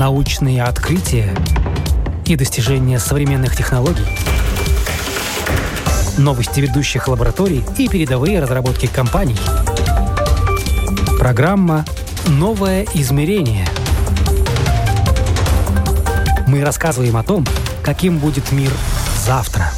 научные открытия и достижения современных технологий, новости ведущих лабораторий и передовые разработки компаний. Программа «Новое измерение». Мы рассказываем о том, каким будет мир завтра.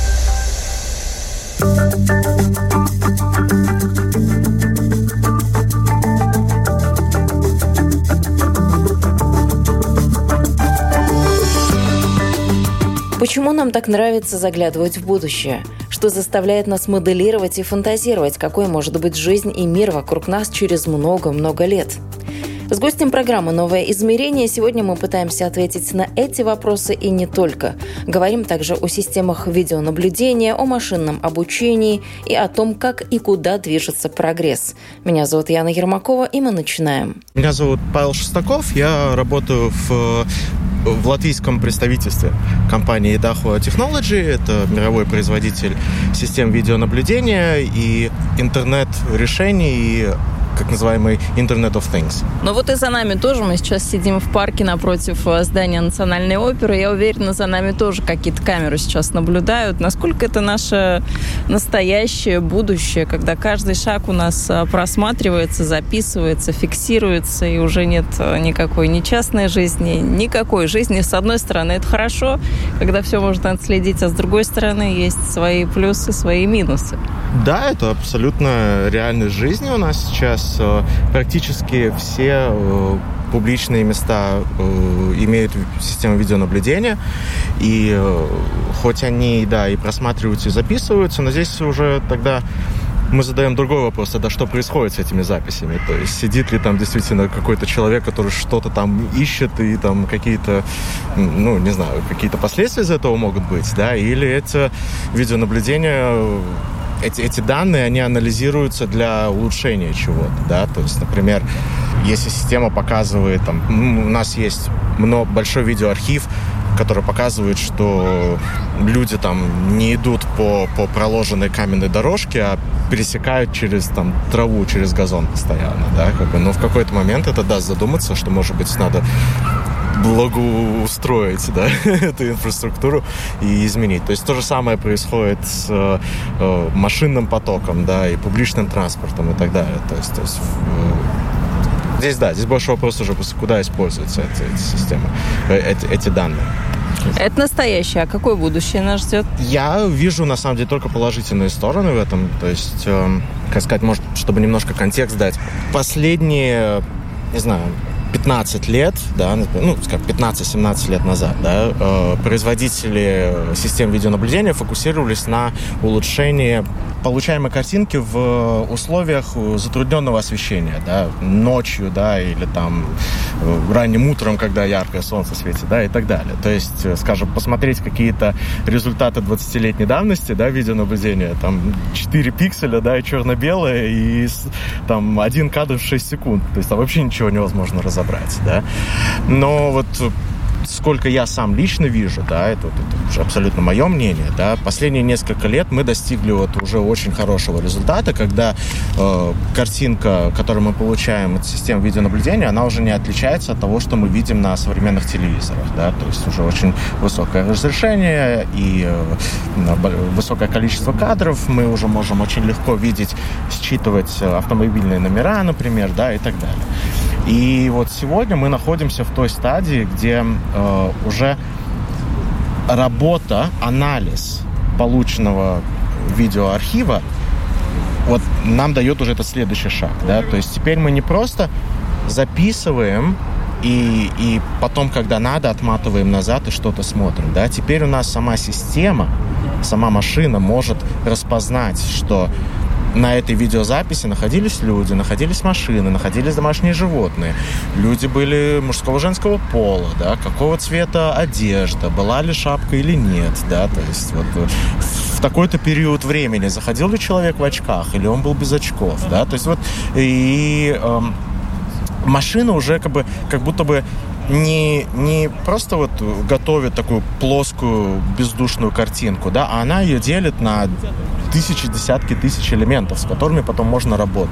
Почему нам так нравится заглядывать в будущее? Что заставляет нас моделировать и фантазировать, какой может быть жизнь и мир вокруг нас через много-много лет? С гостем программы «Новое измерение» сегодня мы пытаемся ответить на эти вопросы и не только. Говорим также о системах видеонаблюдения, о машинном обучении и о том, как и куда движется прогресс. Меня зовут Яна Ермакова, и мы начинаем. Меня зовут Павел Шестаков, я работаю в латвийском представительстве компании Idaho Technology. Это мировой производитель систем видеонаблюдения и интернет-решений, и как называемый Internet of Things. Ну вот и за нами тоже. Мы сейчас сидим в парке напротив здания Национальной оперы. Я уверена, за нами тоже какие-то камеры сейчас наблюдают. Насколько это наше настоящее будущее, когда каждый шаг у нас просматривается, записывается, фиксируется, и уже нет никакой ни частной жизни, никакой жизни. С одной стороны, это хорошо, когда все можно отследить, а с другой стороны, есть свои плюсы, свои минусы. Да, это абсолютно реальность жизни у нас сейчас. Практически все публичные места имеют систему видеонаблюдения, и хоть они, да, и просматриваются, и записываются, но здесь уже тогда мы задаем другой вопрос, тогда что происходит с этими записями? То есть сидит ли там действительно какой-то человек, который что-то там ищет, и там какие-то, ну, не знаю, какие-то последствия из этого могут быть, да, или это видеонаблюдение... Эти данные, они анализируются для улучшения чего-то, да, то есть, например, если система показывает, там, у нас есть большой видеоархив, который показывает, что люди там не идут по проложенной каменной дорожке, а пересекают через там траву, через газон постоянно, да, как бы, но в какой-то момент это даст задуматься, что, может быть, надо благоустроить, да, эту инфраструктуру и изменить. То есть то же самое происходит с машинным потоком, да, и публичным транспортом и так далее. То есть здесь больше вопрос уже, куда используются эти системы, эти данные. Это настоящее. А какое будущее нас ждет? Я вижу, на самом деле, только положительные стороны в этом. То есть, как сказать, может, чтобы немножко контекст дать. Последние, не знаю, 15 лет, да, ну, как 15-17 лет назад, да, производители систем видеонаблюдения фокусировались на улучшении получаемой картинки в условиях затрудненного освещения, да, ночью, да, или там ранним утром, когда яркое солнце светит, да, и так далее. То есть, скажем, посмотреть какие-то результаты 20-летней давности, да, видеонаблюдения, там 4 пикселя, да, и черно-белое, и там 1 кадр в 6 секунд. То есть там вообще ничего невозможно разобрать, да. Но вот сколько я сам лично вижу, да, это уже абсолютно мое мнение, да, последние несколько лет мы достигли вот уже очень хорошего результата, когда картинка, которую мы получаем от систем видеонаблюдения, она уже не отличается от того, что мы видим на современных телевизорах, да, то есть уже очень высокое разрешение и высокое количество кадров, мы уже можем очень легко видеть, считывать автомобильные номера, например, да, и так далее. И вот сегодня мы находимся в той стадии, где уже работа, анализ полученного видеоархива вот нам дает уже этот следующий шаг, да, то есть теперь мы не просто записываем и потом, когда надо, отматываем назад и что-то смотрим, да, теперь у нас сама система, сама машина может распознать, что на этой видеозаписи находились люди, находились машины, находились домашние животные. Люди были мужского, женского пола, да, какого цвета одежда, была ли шапка или нет, да, то есть вот в такой-то период времени заходил ли человек в очках или он был без очков, да, то есть вот и машина уже как будто бы не просто вот готовит такую плоскую бездушную картинку, да, а она ее делит на десятки тысяч элементов, с которыми потом можно работать.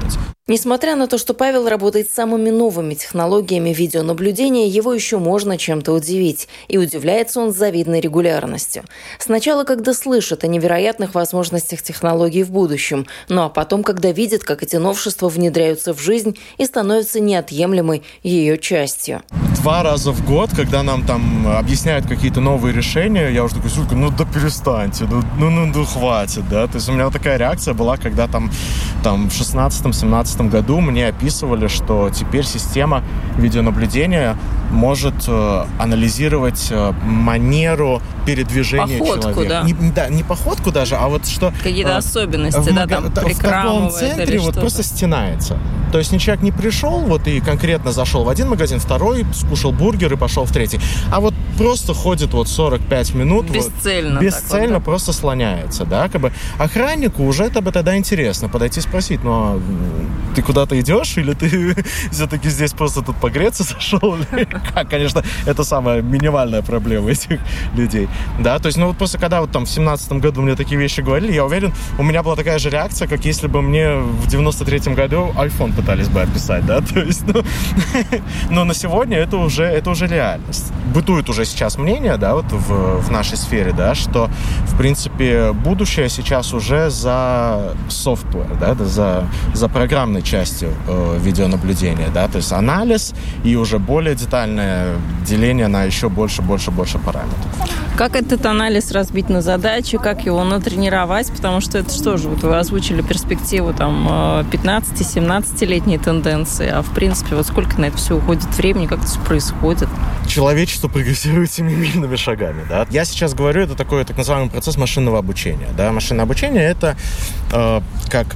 Несмотря на то, что Павел работает с самыми новыми технологиями видеонаблюдения, его еще можно чем-то удивить. И удивляется он с завидной регулярностью. Сначала, когда слышит о невероятных возможностях технологий в будущем, ну а потом, когда видит, как эти новшества внедряются в жизнь и становятся неотъемлемой ее частью. 2 раза в год, когда нам там объясняют какие-то новые решения, я уже такой, Юлька, ну да перестаньте, ну хватит, да. То есть у меня вот такая реакция была, когда там в 16-17 году мне описывали, что теперь система видеонаблюдения может анализировать манеру передвижения человека. Да. Не походку даже, а вот что... Какие-то особенности, там в торговом центре вот просто стенается. То есть человек не пришел вот и конкретно зашел в один магазин, второй, скушал бургер и пошел в третий. А вот просто ходит вот 45 минут. Бесцельно. Бесцельно просто слоняется, да, как бы. Охраннику уже это бы тогда интересно подойти спросить, ну, ты куда-то идешь или ты все-таки здесь просто тут погреться зашел? Конечно, это самая минимальная проблема этих людей, да, то есть, ну, вот просто когда вот там в 17-м году мне такие вещи говорили, я уверен, у меня была такая же реакция, как если бы мне в 93-м году iPhone пытались бы описать, да, то есть, но на сегодня это уже реальность. Бытует уже сейчас мнение, да, вот в нашей сфере, да, что, в принципе, будущее сейчас уже за software, да, за программной частью видеонаблюдения, да, то есть анализ и уже более детальное деление на еще больше параметров. Как этот анализ разбить на задачи, как его натренировать, потому что это что же, вот вы озвучили перспективу там 15-17-летней тенденции, а в принципе вот сколько на это все уходит времени, как это все происходит? Человечество прогрессирует семимильными шагами, да. Я сейчас говорю, это такой так называемый процесс машинного обучения, да. Машинное обучение это как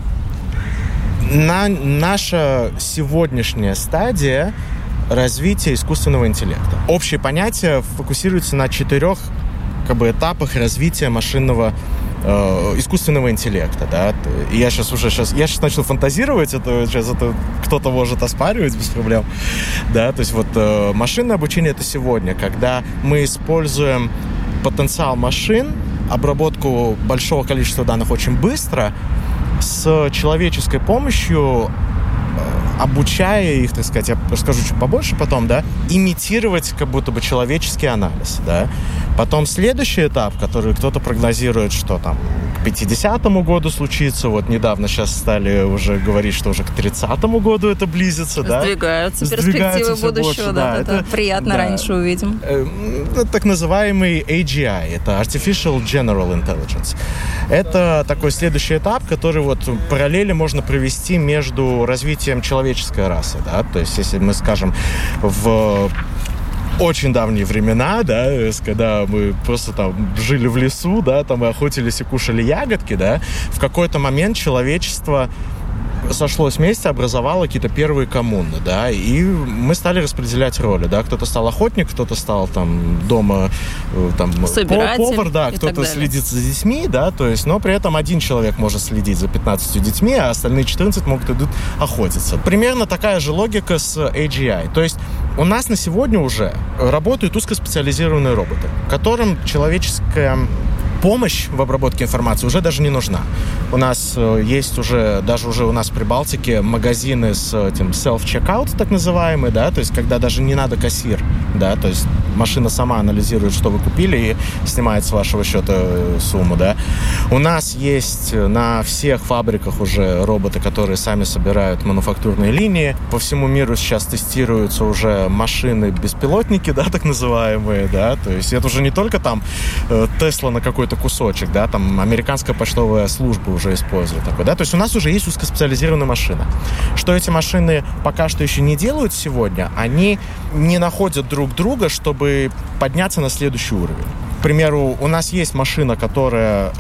наша сегодняшняя стадия развития искусственного интеллекта. Общее понятие фокусируется на 4 этапах развития искусственного интеллекта, да. И я сейчас начал фантазировать, это кто-то может оспаривать без проблем, да. То есть вот машинное обучение это сегодня, когда мы используем потенциал машин, обработку большого количества данных очень быстро, с человеческой помощью, обучая их, так сказать, я расскажу чуть побольше потом, да, имитировать как будто бы человеческий анализ, да. Потом следующий этап, который кто-то прогнозирует, что там к 50-му году случится, вот недавно сейчас стали уже говорить, что уже к 30-му году это близится, да. Сдвигаются перспективы будущего, больше, да, это приятно, да, раньше увидим. Так называемый AGI, это Artificial General Intelligence. Это такой следующий этап, который вот параллели можно провести между развитием человеческой расы, да, то есть если мы скажем в очень давние времена, да, когда мы просто там жили в лесу, да, там мы охотились и кушали ягодки, да, в какой-то момент человечество сошлось вместе, образовало какие-то первые коммуны, да, и мы стали распределять роли, да, кто-то стал охотник, кто-то стал там дома там повар, да, кто-то следит за детьми, да, то есть, но при этом один человек может следить за 15 детьми, а остальные 14 идут охотиться. Примерно такая же логика с AGI, то есть у нас на сегодня уже работают узкоспециализированные роботы, которым человеческая помощь в обработке информации уже даже не нужна. У нас есть уже у нас в Прибалтике магазины с этим self-checkout, так называемый, да, то есть когда даже не надо кассир, да, то есть машина сама анализирует, что вы купили и снимает с вашего счета сумму, да. У нас есть на всех фабриках уже роботы, которые сами собирают мануфактурные линии. По всему миру сейчас тестируются уже машины-беспилотники, да, так называемые, да, то есть это уже не только там Тесла на какой-то кусочек, да, там американская почтовая служба уже использует такой, да, то есть у нас уже есть узкоспециализированная машина. Что эти машины пока что еще не делают сегодня, они не находят друг друга, чтобы подняться на следующий уровень. К примеру, у нас есть машина, которая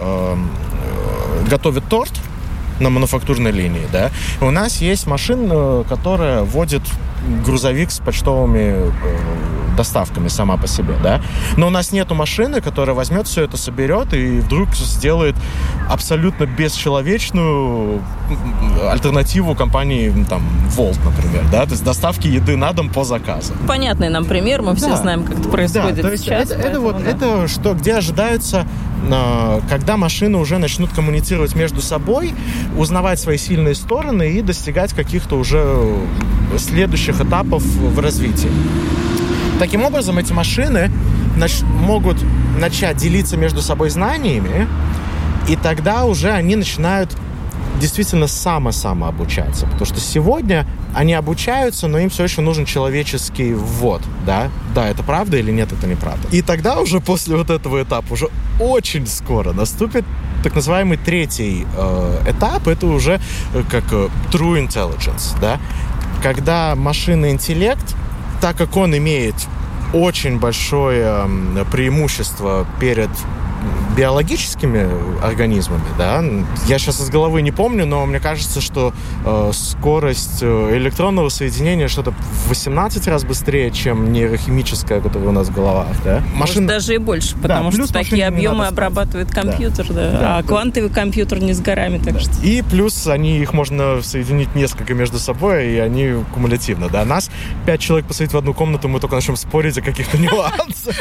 готовит торт на мануфактурной линии, да, и у нас есть машина, которая водит грузовик с почтовыми доставками сама по себе, да. Но у нас нету машины, которая возьмет все это, соберет и вдруг сделает абсолютно бесчеловечную альтернативу компании, там, Volt, например, да, то есть доставки еды на дом по заказу. Понятный нам пример, мы все знаем, как это происходит. Да, то есть сейчас. Это что, где ожидаются когда машины уже начнут коммуницировать между собой, узнавать свои сильные стороны и достигать каких-то уже следующих этапов в развитии. Таким образом, эти машины могут начать делиться между собой знаниями, и тогда уже они начинают действительно самообучаться. Потому что сегодня они обучаются, но им все еще нужен человеческий ввод. Да, это правда или нет, это неправда. И тогда уже после вот этого этапа уже очень скоро наступит так называемый третий этап. Это уже как true intelligence. Да? Когда машинный интеллект, так как он имеет очень большое преимущество перед биологическими организмами, да, я сейчас из головы не помню, но мне кажется, что скорость электронного соединения что-то в 18 раз быстрее, чем нейрохимическая, которая у нас в головах, да. Может, даже и больше, потому что такие объемы обрабатывает компьютер, а квантовый компьютер не с горами, так что. И плюс их можно соединить несколько между собой, и они кумулятивно, да. Нас 5 человек посадить в одну комнату, мы только начнем спорить о каких-то нюансах.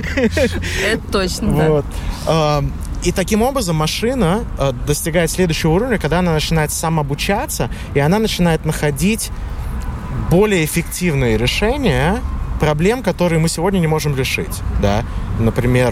Это точно, да. Вот. И таким образом машина достигает следующего уровня, когда она начинает самообучаться, и она начинает находить более эффективные решения проблем, которые мы сегодня не можем решить. Да? Например,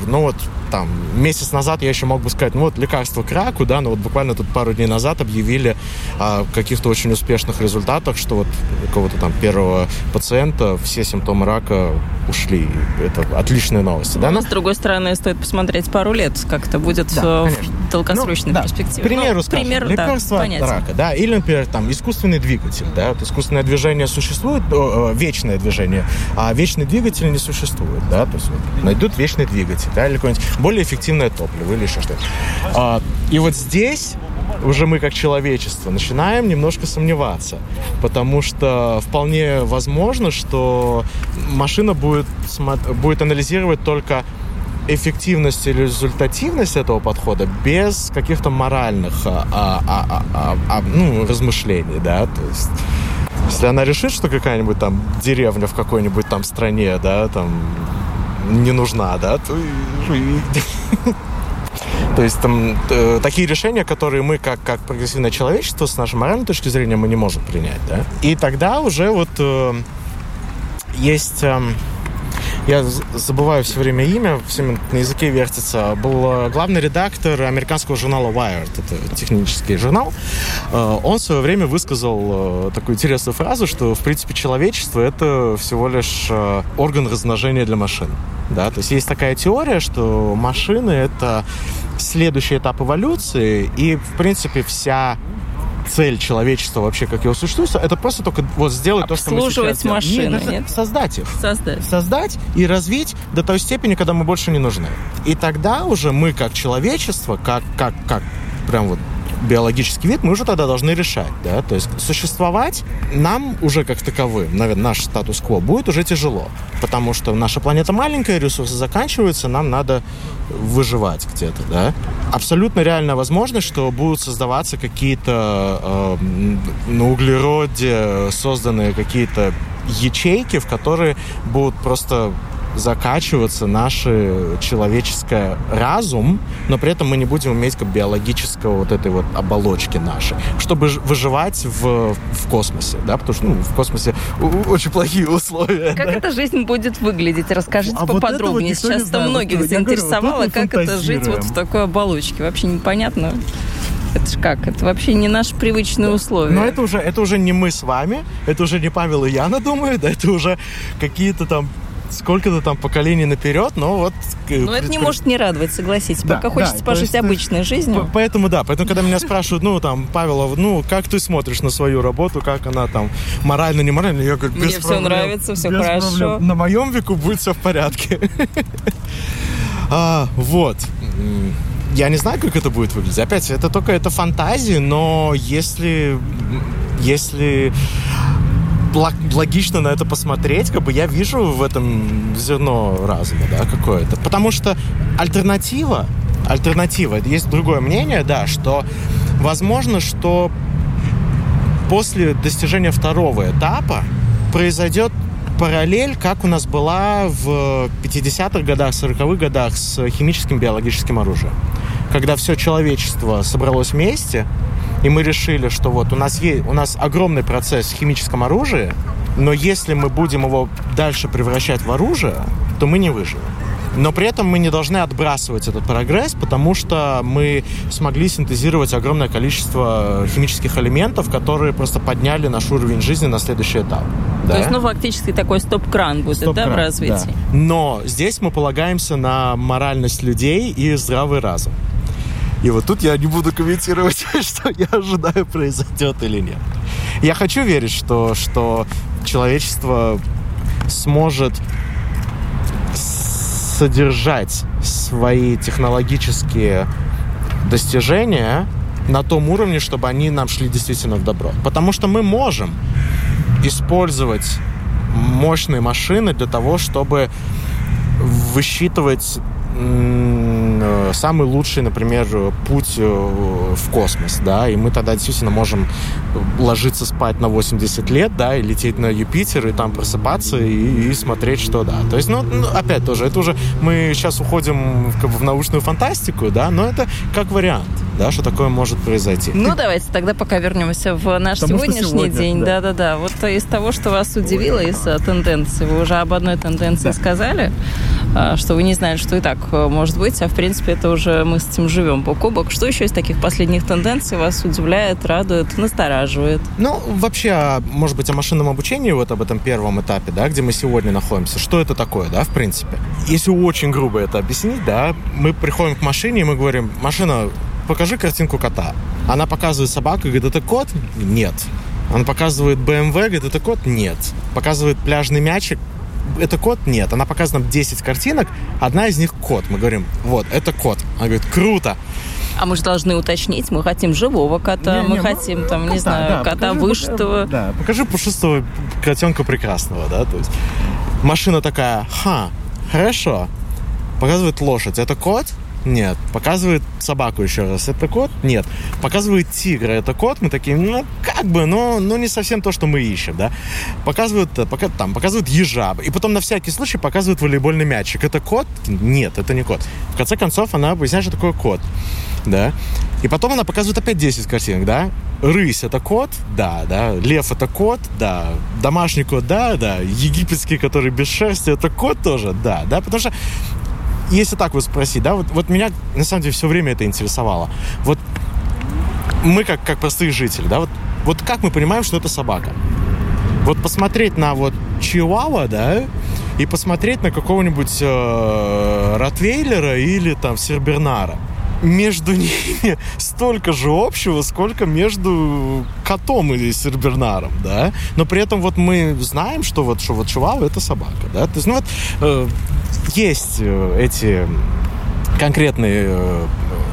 месяц назад я еще мог бы сказать, лекарство к раку, да, но вот буквально тут пару дней назад объявили о каких-то очень успешных результатах, что вот у какого-то там первого пациента все симптомы рака ушли. Это отличные новости. Да? Но, с другой стороны, стоит посмотреть пару лет, как это будет в долгосрочной перспективе. К примеру, скажем, лекарство от рака, да, или, например, искусственный двигатель, да, вот искусственное движение существует, вечное движение, а вечный двигатель не существует, да, то есть найдут вечный двигатель, да, или какое-нибудь более эффективное топливо или еще что-то. И вот здесь уже мы, как человечество, начинаем немножко сомневаться, потому что вполне возможно, что машина будет анализировать только эффективность и результативность этого подхода без каких-то моральных размышлений, да, то есть если она решит, что какая-нибудь там деревня в какой-нибудь там стране, да, там не нужна, да, то то есть там такие решения, которые мы как прогрессивное человечество с нашей моральной точки зрения мы не можем принять, да. И тогда уже есть... Я забываю все время имя, все на языке вертится. Был главный редактор американского журнала Wired, это технический журнал. Он в свое время высказал такую интересную фразу, что, в принципе, человечество — это всего лишь орган размножения для машин. Да? То есть такая теория, что машины — это следующий этап эволюции, и, в принципе, вся цель человечества вообще, как его существует, это просто только сделать то, что мы сейчас делаем. Машины, нет? Создать их. Создать и развить до той степени, когда мы больше не нужны. И тогда уже мы, как человечество, как прям биологический вид, мы уже тогда должны решать, да, то есть существовать нам уже как таковым, наверное, наш статус-кво будет уже тяжело, потому что наша планета маленькая, ресурсы заканчиваются, нам надо выживать где-то, да. Абсолютно реальная возможность, что будут создаваться какие-то на углероде созданные какие-то ячейки, в которые будут просто закачиваться наш человеческий разум, но при этом мы не будем иметь как биологического этой оболочки нашей, чтобы выживать в космосе, да, потому что в космосе очень плохие условия. Как эта жизнь будет выглядеть? Расскажите поподробнее. Сейчас-то многих заинтересовало, как это жить в такой оболочке. Вообще непонятно. Это ж как? Это вообще не наши привычные условия. Но это уже не мы с вами, это уже не Павел и Яна думают, да, это уже какие-то там сколько-то там поколений наперед, но Но это не может не радовать, согласитесь. Пока хочется пожить обычной жизнью. Поэтому, когда меня спрашивают, Павел, как ты смотришь на свою работу, как она там морально, не морально, я говорю, без проблем. Мне все нравится, все хорошо. Проблем. На моем веку будет все в порядке. Я не знаю, как это будет выглядеть. Опять, это фантазии, но если логично на это посмотреть, я вижу в этом зерно разума, да, какое-то. Потому что альтернатива, есть другое мнение, да, что возможно, что после достижения второго этапа произойдет параллель, как у нас была в 50-х годах, 40-х годах с химическим биологическим оружием. Когда все человечество собралось вместе, и мы решили, что вот у нас огромный процесс в химическом оружии, но если мы будем его дальше превращать в оружие, то мы не выживем. Но при этом мы не должны отбрасывать этот прогресс, потому что мы смогли синтезировать огромное количество химических элементов, которые просто подняли наш уровень жизни на следующий этап. То есть, фактически такой стоп-кран будет, в развитии? Да. Но здесь мы полагаемся на моральность людей и здравый разум. И вот тут я не буду комментировать, что я ожидаю, произойдет или нет. Я хочу верить, что человечество сможет содержать свои технологические достижения на том уровне, чтобы они нам шли действительно в добро. Потому что мы можем использовать мощные машины для того, чтобы высчитывать самый лучший, например, путь в космос, да, и мы тогда действительно можем ложиться спать на 80 лет, да, и лететь на Юпитер, и там просыпаться, и смотреть, что, да. То есть, опять тоже, это уже мы сейчас уходим в научную фантастику, да, но это как вариант, да, что такое может произойти. Давайте тогда пока вернемся в наш сегодняшний день. Да. Вот из того, что вас удивило из тенденций, вы уже об одной тенденции сказали, что вы не знали, что и так может быть, а в принципе это уже мы с этим живем бок о бок. Что еще из таких последних тенденций вас удивляет, радует, настораживает? Вообще, может быть, о машинном обучении, вот об этом первом этапе, да, где мы сегодня находимся. Что это такое, да, в принципе? Если очень грубо это объяснить, да, мы приходим к машине, и мы говорим: машина, покажи картинку кота. Она показывает собаку и говорит: это кот? Нет. Она показывает BMW, говорит: это кот? Нет. Показывает пляжный мячик. Это кот? Нет. Она показывает нам 10 картинок, одна из них кот. Мы говорим: вот, это кот. Она говорит: круто. А мы же должны уточнить, мы хотим живого кота, мы хотим, кота вышитого. Да, покажи пушистого котенка прекрасного, да, то есть машина такая: хорошо. Показывает лошадь. Это кот? Нет. Показывает собаку еще раз. Это кот? Нет. Показывает тигра. Это кот? Мы такие, не совсем то, что мы ищем, да. Показывают ежа. И потом на всякий случай показывают волейбольный мячик. Это кот? Нет, это не кот. В конце концов, она объясняет, что такое кот, да. И потом она показывает опять 10 картинок, да. Рысь — это кот? Да. Лев — это кот? Да. Домашний кот? Да. Египетский, который без шерсти — это кот тоже? Да. Потому что если так вот спросить, да, вот меня на самом деле все время это интересовало. Вот мы как простые жители, да, вот как мы понимаем, что это собака? Вот посмотреть на вот Чиуауа, да, и посмотреть на какого-нибудь Ротвейлера или там Сенбернара. Между ними столько же общего, сколько между котом и Сенбернаром, да. Но при этом вот мы знаем, что Чиуауа — это собака, да. То есть, есть эти конкретные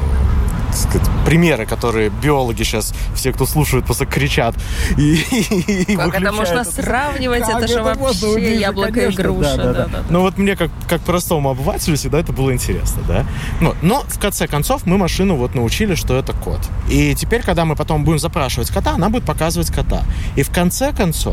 примеры, которые биологи сейчас, все, кто слушают, просто кричат и как это можно сравнивать? Это же вообще яблоко и груша. Да. Мне, как простому обывателю, всегда это было интересно, да. Но в конце концов мы машину научили, что это кот. И теперь, когда мы потом будем запрашивать кота, она будет показывать кота. И в конце концов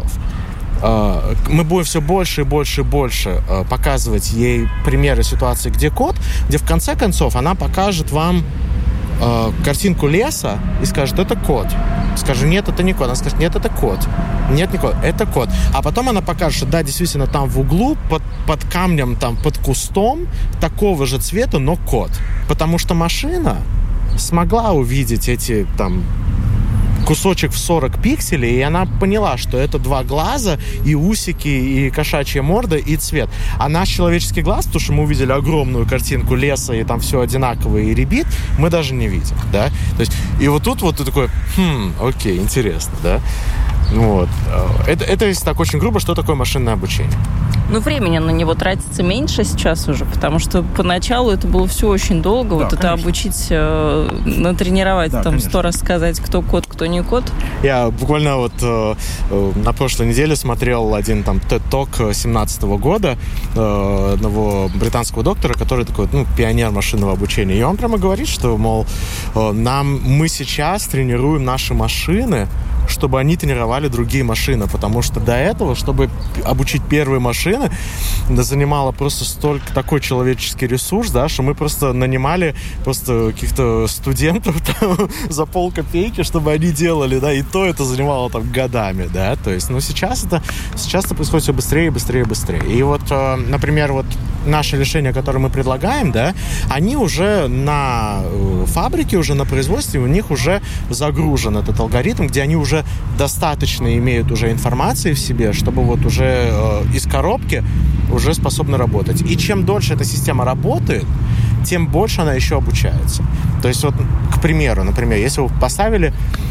мы будем все больше и больше и больше показывать ей примеры ситуации, где кот, где в конце концов она покажет вам картинку леса и скажет: это кот. Скажу: нет, это не кот. Она скажет: нет, это кот. Нет, не кот, это кот. А потом она покажет, что да, действительно, там в углу, под камнем, там под кустом такого же цвета, но кот. Потому что машина смогла увидеть эти там кусочек в 40 пикселей, и она поняла, что это 2 глаза, и усики, и кошачья морда, и цвет. А наш человеческий глаз, потому что мы увидели огромную картинку леса, и там все одинаковое и рябит, мы даже не видим, да. То есть, и вот тут вот ты такой: окей, интересно, да. Вот. Это если так очень грубо, что такое машинное обучение. Времени на него тратится меньше сейчас уже, потому что поначалу это было все очень долго. Да, это обучить, натренировать, да, 100 раз сказать, кто кот, кто не кот. Я буквально на прошлой неделе смотрел один там TED-ток 2017 года одного британского доктора, который такой, пионер машинного обучения. И он прямо говорит, что, мол, мы сейчас тренируем наши машины чтобы они тренировали другие машины, потому что до этого, чтобы обучить первые машины, занимало просто такой человеческий ресурс, да, что мы просто нанимали просто каких-то студентов там, за полкопейки, чтобы они делали, да, и то это занимало там годами, да, то есть, ну, сейчас это происходит все быстрее, быстрее, быстрее. И вот, например, вот наши решения, которые мы предлагаем, да, они уже на фабрике, уже на производстве, у них уже загружен этот алгоритм, где они уже достаточно имеют уже информации в себе, чтобы вот уже из коробки уже способны работать. И чем дольше эта система работает, тем больше она еще обучается. То есть вот, к примеру, например, если вы поставили,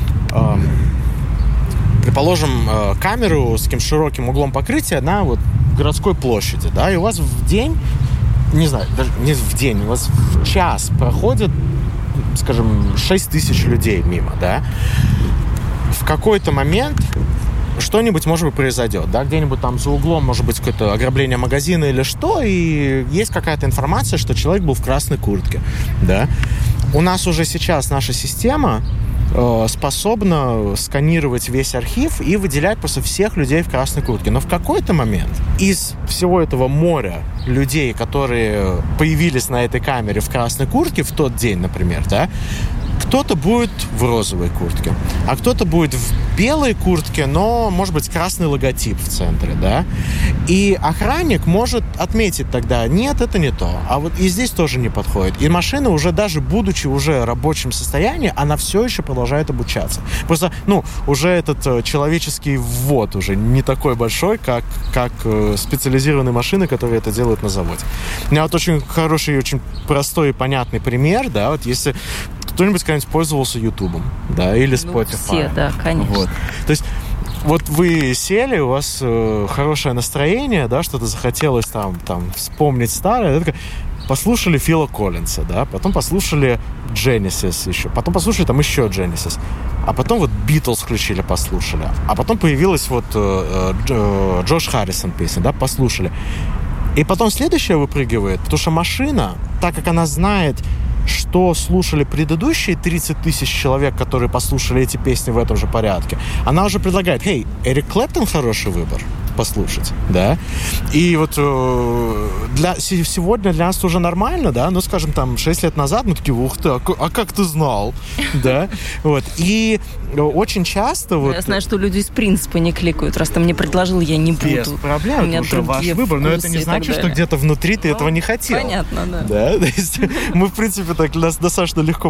предположим, камеру с таким широким углом покрытия на вот городской площади, да, и у вас в день, не знаю, даже не в день, у вас в час проходит, скажем, 6 тысяч людей мимо, да, в какой-то момент что-нибудь, может быть, произойдет, да, где-нибудь там за углом, может быть, какое-то ограбление магазина или что, и есть какая-то информация, что человек был в красной куртке, да. У нас уже сейчас наша система способна сканировать весь архив и выделять просто всех людей в красной куртке. Но в какой-то момент из всего этого моря людей, которые появились на этой камере в красной куртке в тот день, например, да, кто-то будет в розовой куртке, а кто-то будет в белой куртке, но, может быть, красный логотип в центре, да. И охранник может отметить тогда, нет, это не то, а вот и здесь тоже не подходит. И машина уже, даже будучи уже в рабочем состоянии, она все еще продолжает обучаться. Просто, ну, уже этот человеческий ввод уже не такой большой, как специализированные машины, которые это делают на заводе. У меня вот очень хороший и очень простой и понятный пример, да, вот если кто-нибудь когда-нибудь пользовался Ютубом, да, или Spotify. Ну, все, да, конечно. Вот. То есть вот вы сели, у вас хорошее настроение, да, что-то захотелось там вспомнить старое, да, послушали Фила Коллинса, да, потом послушали Genesis еще, потом послушали там еще Genesis, а потом вот Beatles включили, послушали, а потом появилась вот Джош Харрисон песня, да, послушали. И потом следующее выпрыгивает, потому что машина, так как она знает, что слушали предыдущие 30 тысяч человек, которые послушали эти песни в этом же порядке, она уже предлагает, хей, Эрик Клэптон хороший выбор послушать, да, и вот сегодня для нас уже нормально, да, ну, скажем, там, 6 лет назад мы такие, ух ты, а как ты знал, да, вот, и очень часто вот... Я знаю, что люди из принципа не кликают, раз ты мне предложил, я не буду. Без проблем, это уже ваш выбор, но это не значит, что где-то внутри ты этого не хотел. Понятно, да. Да, то есть мы, в принципе, так достаточно легко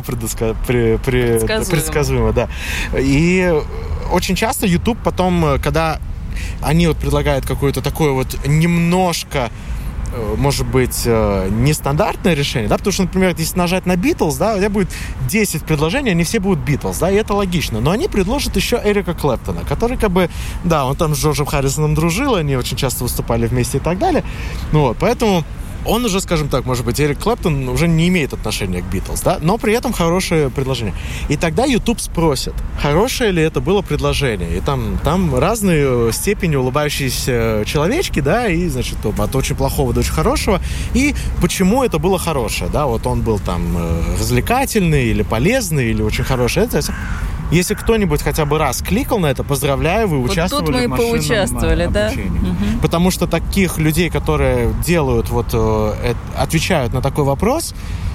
предсказуемо, да, и очень часто YouTube потом, когда они вот предлагают какое-то такое вот немножко, может быть, нестандартное решение, да, потому что, например, если нажать на Beatles, да, у тебя будет 10 предложений, они все будут Beatles, да, и это логично, но они предложат еще Эрика Клэптона, который, как бы, да, он там с Джорджем Харрисоном дружил, они очень часто выступали вместе и так далее, ну вот, поэтому он уже, скажем так, может быть, Эрик Клэптон уже не имеет отношения к Битлз, да, но при этом хорошее предложение. И тогда YouTube спросит, хорошее ли это было предложение. И там разные степени улыбающиеся человечки, да, и, значит, от очень плохого до очень хорошего. И почему это было хорошее, да, вот он был там развлекательный или полезный, или очень хороший. Если кто-нибудь хотя бы раз кликал на это, поздравляю, вы участвовали в машинном поучаствовали, обучении. Да? Угу. Потому что таких людей, которые делают, вот, отвечают на такой вопрос,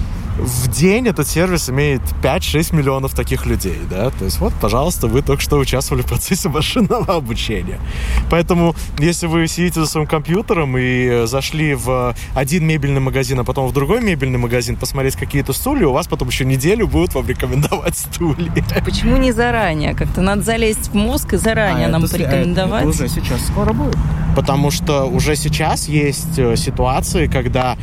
в день этот сервис имеет 5-6 миллионов таких людей, да, то есть вот, пожалуйста, вы только что участвовали в процессе машинного обучения. Поэтому, если вы сидите за своим компьютером и зашли в один мебельный магазин, а потом в другой мебельный магазин посмотреть какие-то стулья, у вас потом еще неделю будут вам рекомендовать стулья. Почему не заранее? Как-то надо залезть в мозг и заранее нам порекомендовать. Это уже сейчас скоро будет. Потому что уже сейчас есть ситуации, когда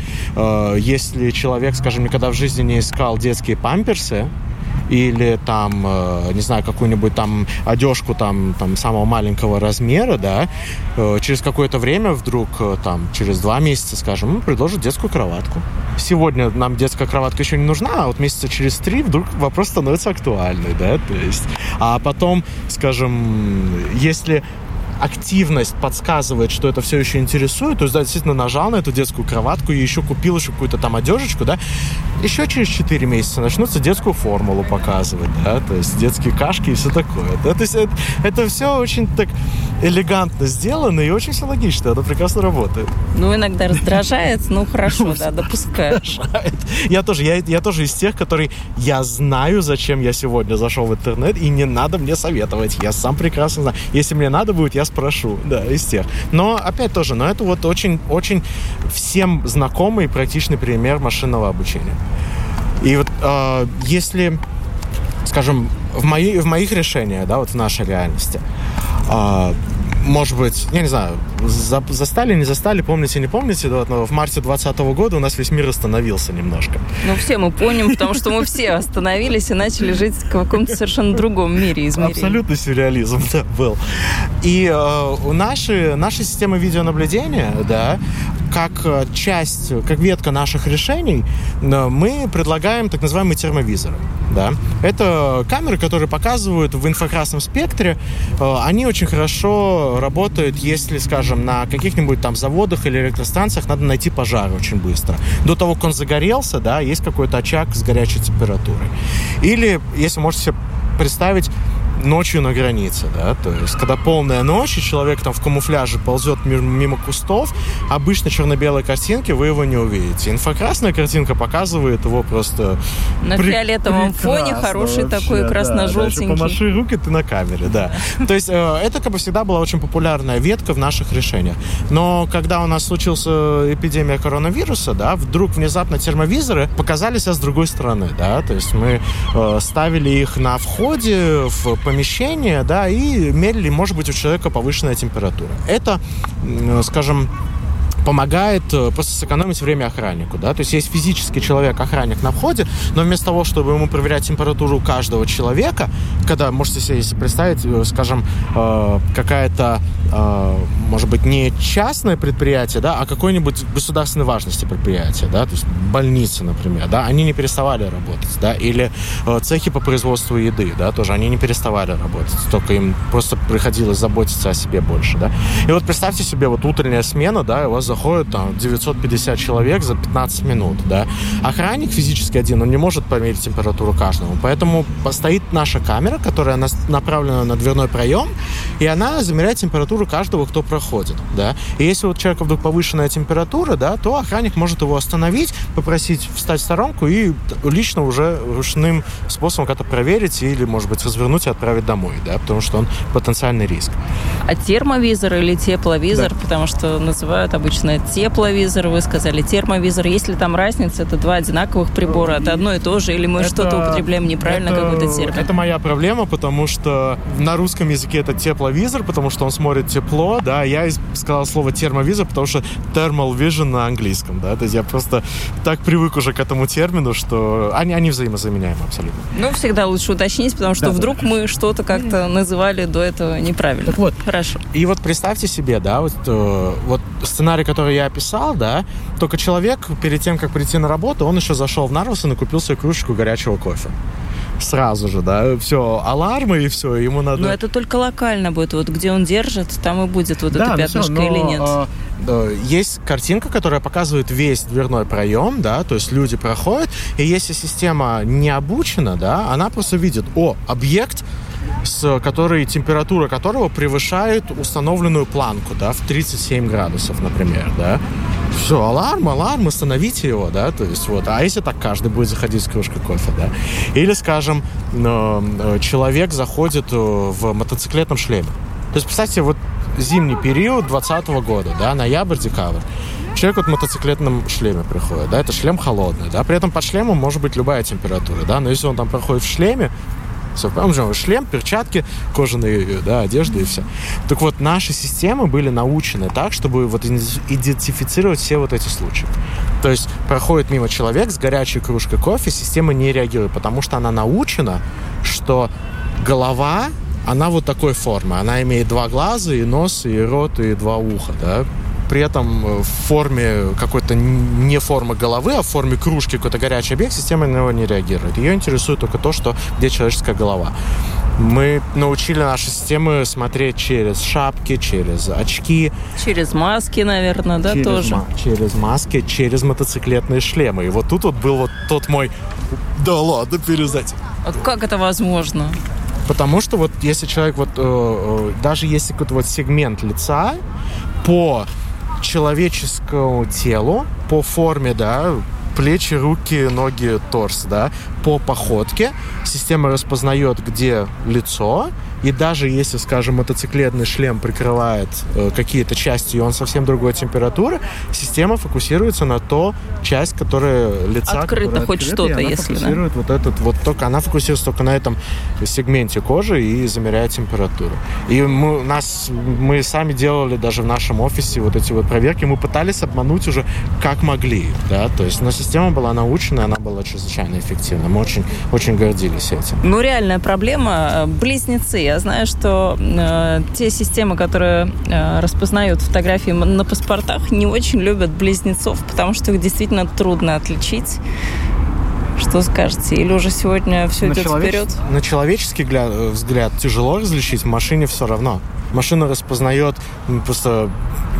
если человек, скажем, никогда в жизни не искал детские памперсы или там, не знаю, какую-нибудь там одежку там самого маленького размера, да, через какое-то время вдруг, там, через 2 месяца, скажем, предложат детскую кроватку. Сегодня нам детская кроватка еще не нужна, а вот месяца через 3 вдруг вопрос становится актуальный, да, то есть, а потом, скажем, если активность подсказывает, что это все еще интересует, то есть, да, действительно нажал на эту детскую кроватку и еще купил еще какую-то там одежечку, да, еще через 4 месяца начнутся детскую формулу показывать, да, то есть детские кашки и все такое. Да? То есть это все очень так элегантно сделано и очень все логично, это прекрасно работает. Ну, иногда раздражает, ну, хорошо, да, допускаю. Я тоже из тех, которые я знаю, зачем я сегодня зашел в интернет, и не надо мне советовать. Я сам прекрасно знаю. Если мне надо будет, я спрошу. Да, из тех. Но, опять тоже, это вот очень всем знакомый и практичный пример машинного обучения. И вот если, скажем, в моих решениях, да, вот в нашей реальности, может быть, я не знаю, застали, не застали, помните, не помните, да, но в марте 2020 года у нас весь мир остановился немножко. Ну, все мы помним, потому что мы все остановились и начали жить в каком-то совершенно другом мире, измерении. Абсолютный сюрреализм, да, был. И у нашей системы видеонаблюдения, да, как часть, как ветка наших решений, мы предлагаем так называемые термовизоры. Да. Это камеры, которые показывают в инфракрасном спектре. Они очень хорошо работают, если, скажем, на каких-нибудь там заводах или электростанциях надо найти пожар очень быстро. До того, как он загорелся, да, есть какой-то очаг с горячей температурой. Или, если можете себе представить, ночью на границе, да, то есть, когда полная ночь, и человек там в камуфляже ползет мимо кустов, обычно черно-белой картинки вы его не увидите. Инфракрасная картинка показывает его просто на фиолетовом фоне, хороший вообще, такой красно-желтенький. Да, помаши руки, ты на камере, да. То есть, это как бы всегда была очень популярная ветка в наших решениях. Но когда у нас случился эпидемия коронавируса, да, вдруг внезапно термовизоры показали себя с другой стороны, да, то есть мы ставили их на входе в помещение, да, и мерили, может быть, у человека повышенная температура. Это, скажем, помогает просто сэкономить время охраннику, да, то есть есть физический человек-охранник на входе, но вместо того, чтобы ему проверять температуру каждого человека, когда, можете себе представить, скажем, какая-то, может быть, не частное предприятие, да, а какой-нибудь государственной важности предприятие, да, то есть больницы, например, да, они не переставали работать, да, или цехи по производству еды, да, тоже они не переставали работать, только им просто приходилось заботиться о себе больше, да. И вот представьте себе, вот утренняя смена, да, у вас заходит там 950 человек за 15 минут, да. Охранник физически один, он не может померить температуру каждому, поэтому стоит наша камера, которая направлена на дверной проем, и она замеряет температуру каждого, кто проходит, да. И если у человека вдруг повышенная температура, да, то охранник может его остановить, попросить встать в сторонку и лично уже ручным способом как-то проверить или, может быть, развернуть и отправить домой, да, потому что он потенциальный риск. А термовизор или тепловизор, да, потому что называют обычно тепловизор, вы сказали термовизор. Есть ли там разница? Это два одинаковых прибора, это одно и то же, или мы что-то употребляем неправильно, какой-то термин? Это моя проблема, потому что на русском языке это тепловизор, потому что он смотрит тепло, да, я сказал слово термовизор, потому что thermal vision на английском, да, то есть я просто так привык уже к этому термину, что они взаимозаменяемы абсолютно. Ну, всегда лучше уточнить, потому что вдруг мы что-то как-то называли до этого неправильно. Так вот. Хорошо. И вот представьте себе, да, вот сценарий, который я описал, да, только человек перед тем, как прийти на работу, он еще зашел в Нарвсон и купил себе кружечку горячего кофе. Сразу же, да, все, алармы и все, ему надо... Но это только локально будет, вот где он держит, там и будет вот это пятнышко или нет? Есть картинка, которая показывает весь дверной проем, да, то есть люди проходят, и если система не обучена, да, она просто видит, объект, температура которого превышает установленную планку, да, в 37 градусов, например, да. Все, аларм, остановите его, да, то есть вот. А если так каждый будет заходить с кружкой кофе, да. Или, скажем, человек заходит в мотоциклетном шлеме. То есть, представьте, вот зимний период 2020 года, да, ноябрь-декабрь. Человек вот в мотоциклетном шлеме приходит, да, это шлем холодный, да, при этом под шлемом может быть любая температура, да, но если он там проходит в шлеме, шлем, перчатки, кожаные, да, одежда и все. Так вот, наши системы были научены так, чтобы вот идентифицировать все вот эти случаи. То есть проходит мимо человек с горячей кружкой кофе, система не реагирует, потому что она научена, что голова, она вот такой формы. Она имеет два глаза, и нос, и рот, и два уха, да. При этом в форме какой-то не формы головы, а в форме кружки какой-то горячий объект, система на него не реагирует. Ее интересует только то, где человеческая голова. Мы научили наши системы смотреть через шапки, через очки. Через маски, наверное, да, тоже? Через маски, через мотоциклетные шлемы. И вот тут вот был вот тот мой «да ладно, перездать». А как это возможно? Потому что вот если человек, даже если какой-то вот сегмент лица по человеческому телу, по форме, да, плечи, руки, ноги, торс, да, по походке система распознает, где лицо, и даже если, скажем, мотоциклетный шлем прикрывает какие-то части, и он совсем другой температуры, система фокусируется на ту часть, которая лица... Открыто хоть что-то, если, да? Она фокусируется только на этом сегменте кожи и замеряет температуру. И мы сами делали даже в нашем офисе вот эти вот проверки, мы пытались обмануть уже как могли, да, то есть, но система была научена, она была чрезвычайно эффективна. Мы очень, очень гордились этим. Ну, реальная проблема – близнецы. Я знаю, что те системы, которые распознают фотографии на паспортах, не очень любят близнецов, потому что их действительно трудно отличить. Что скажете? Или уже сегодня все идет вперед? На человеческий взгляд тяжело различить, в машине все равно. Машина распознает просто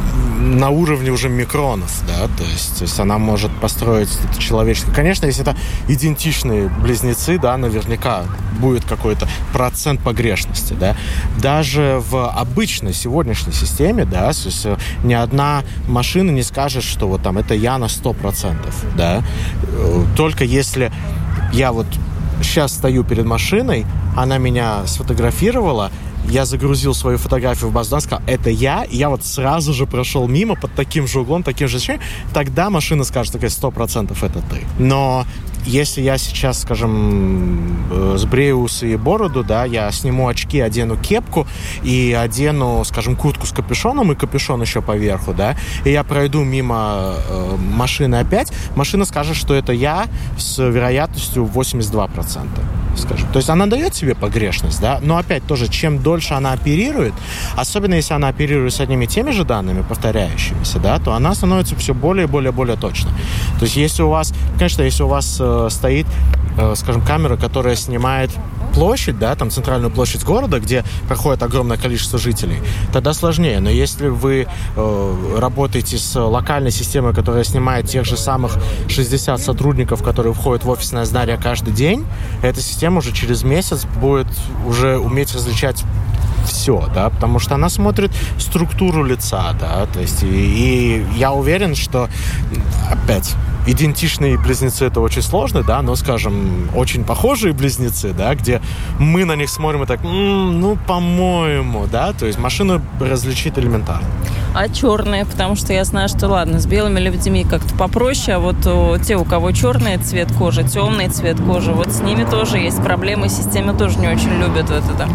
на уровне уже микронов, да, то есть она может построить это человеческое. Конечно, если это идентичные близнецы, да, наверняка будет какой-то процент погрешности, да. Даже в обычной сегодняшней системе, да, то есть ни одна машина не скажет, что вот там это я на 100%, да. Только если я вот сейчас стою перед машиной, она меня сфотографировала, я загрузил свою фотографию в базу данных, сказал, это я, и я вот сразу же прошел мимо под таким же углом, таким же ощущением, тогда машина скажет, такая, 100% это ты. Но если я сейчас, скажем, сбрею усы и бороду, да, я сниму очки, одену кепку и одену, скажем, куртку с капюшоном и капюшон еще поверху, да, и я пройду мимо машины опять, машина скажет, что это я с вероятностью 82%. Скажем. То есть она дает себе погрешность, да, но опять тоже, чем дольше она оперирует, особенно если она оперирует с одними и теми же данными, повторяющимися, да, то она становится все более и более точной. То есть если у вас, конечно, если у вас стоит, скажем, камера, которая снимает площадь, да, там центральную площадь города, где проходит огромное количество жителей, тогда сложнее. Но если вы работаете с локальной системой, которая снимает тех же самых 60 сотрудников, которые входят в офисное здание каждый день, эта система уже через месяц будет уже уметь различать все, да, потому что она смотрит структуру лица, да, то есть и я уверен, что опять идентичные близнецы это очень сложно, да, но, скажем, очень похожие близнецы, да, где мы на них смотрим и так, ну, по-моему, да, то есть машину различить элементарно. А черные, потому что я знаю, что, ладно, с белыми людьми как-то попроще, а вот те, у кого черный цвет кожи, темный цвет кожи, вот с ними тоже есть проблемы, система тоже не очень любит это, да.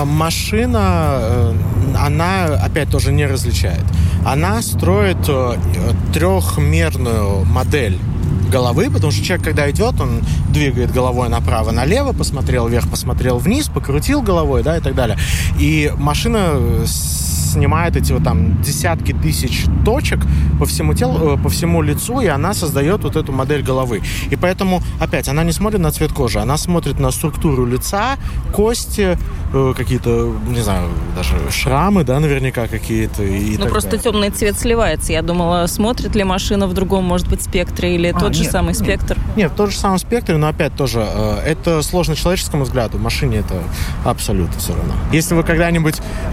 Машина, она, опять тоже не различает. Она строит трехмерную модель головы, потому что человек, когда идет, он двигает головой направо-налево, посмотрел вверх, посмотрел вниз, покрутил головой, да, и так далее. И машина снимает эти вот там десятки тысяч точек по всему телу, по всему лицу, и она создает вот эту модель головы. И поэтому, опять, она не смотрит на цвет кожи, она смотрит на структуру лица, кости, какие-то, не знаю, даже шрамы, да, наверняка какие-то. Ну, просто темный цвет сливается. Я думала, смотрит ли машина в другом, может быть, спектре, или тот же самый спектр? Нет, тот же самый спектр, но опять тоже, это сложно человеческому взгляду, машине это абсолютно все равно. Если вы когда-нибудь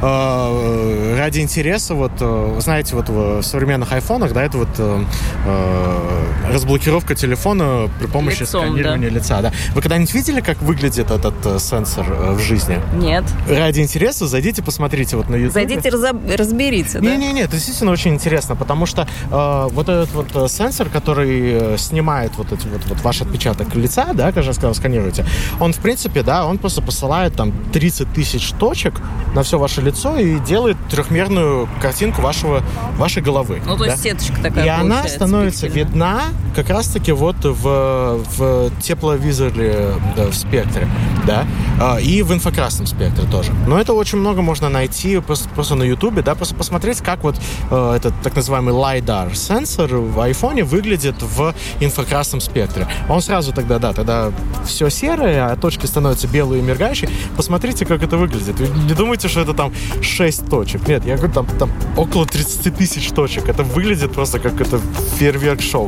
ради интереса, вот, знаете, вот в современных айфонах, да, это вот разблокировка телефона при помощи сканирования лица, да. Вы когда-нибудь видели, как выглядит этот сенсор в жизни? Нет. Ради интереса зайдите, посмотрите вот на YouTube. Зайдите, разберите, да? Не, это действительно очень интересно, потому что вот этот вот сенсор, который снимает вот эти вот ваш отпечаток лица, да, когда вы сканируете, он, в принципе, да, он просто посылает там 30 тысяч точек на все ваше лицо и делает трехмерную картинку вашей головы. Ну, то есть сеточка такая. И она становится видна как раз-таки вот в тепловизоре, в спектре, да, и в инфракрасном спектре тоже. Но это очень много можно найти просто на Ютубе, да, просто посмотреть, как вот этот так называемый LiDAR сенсор в айфоне выглядит в инфракрасном спектре. Он сразу тогда все серое, а точки становятся белые и мигающие. Посмотрите, как это выглядит. Вы не думайте, что это там 6 точек. Нет, я говорю, там около 30 тысяч точек. Это выглядит просто как это фейерверк-шоу.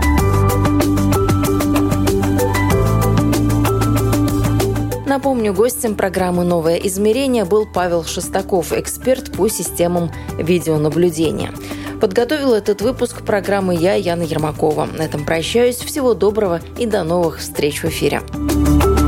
Напомню, гостем программы «Новое измерение» был Павел Шестаков, эксперт по системам видеонаблюдения. Подготовила этот выпуск программы я, Яна Ермакова. На этом прощаюсь. Всего доброго и до новых встреч в эфире.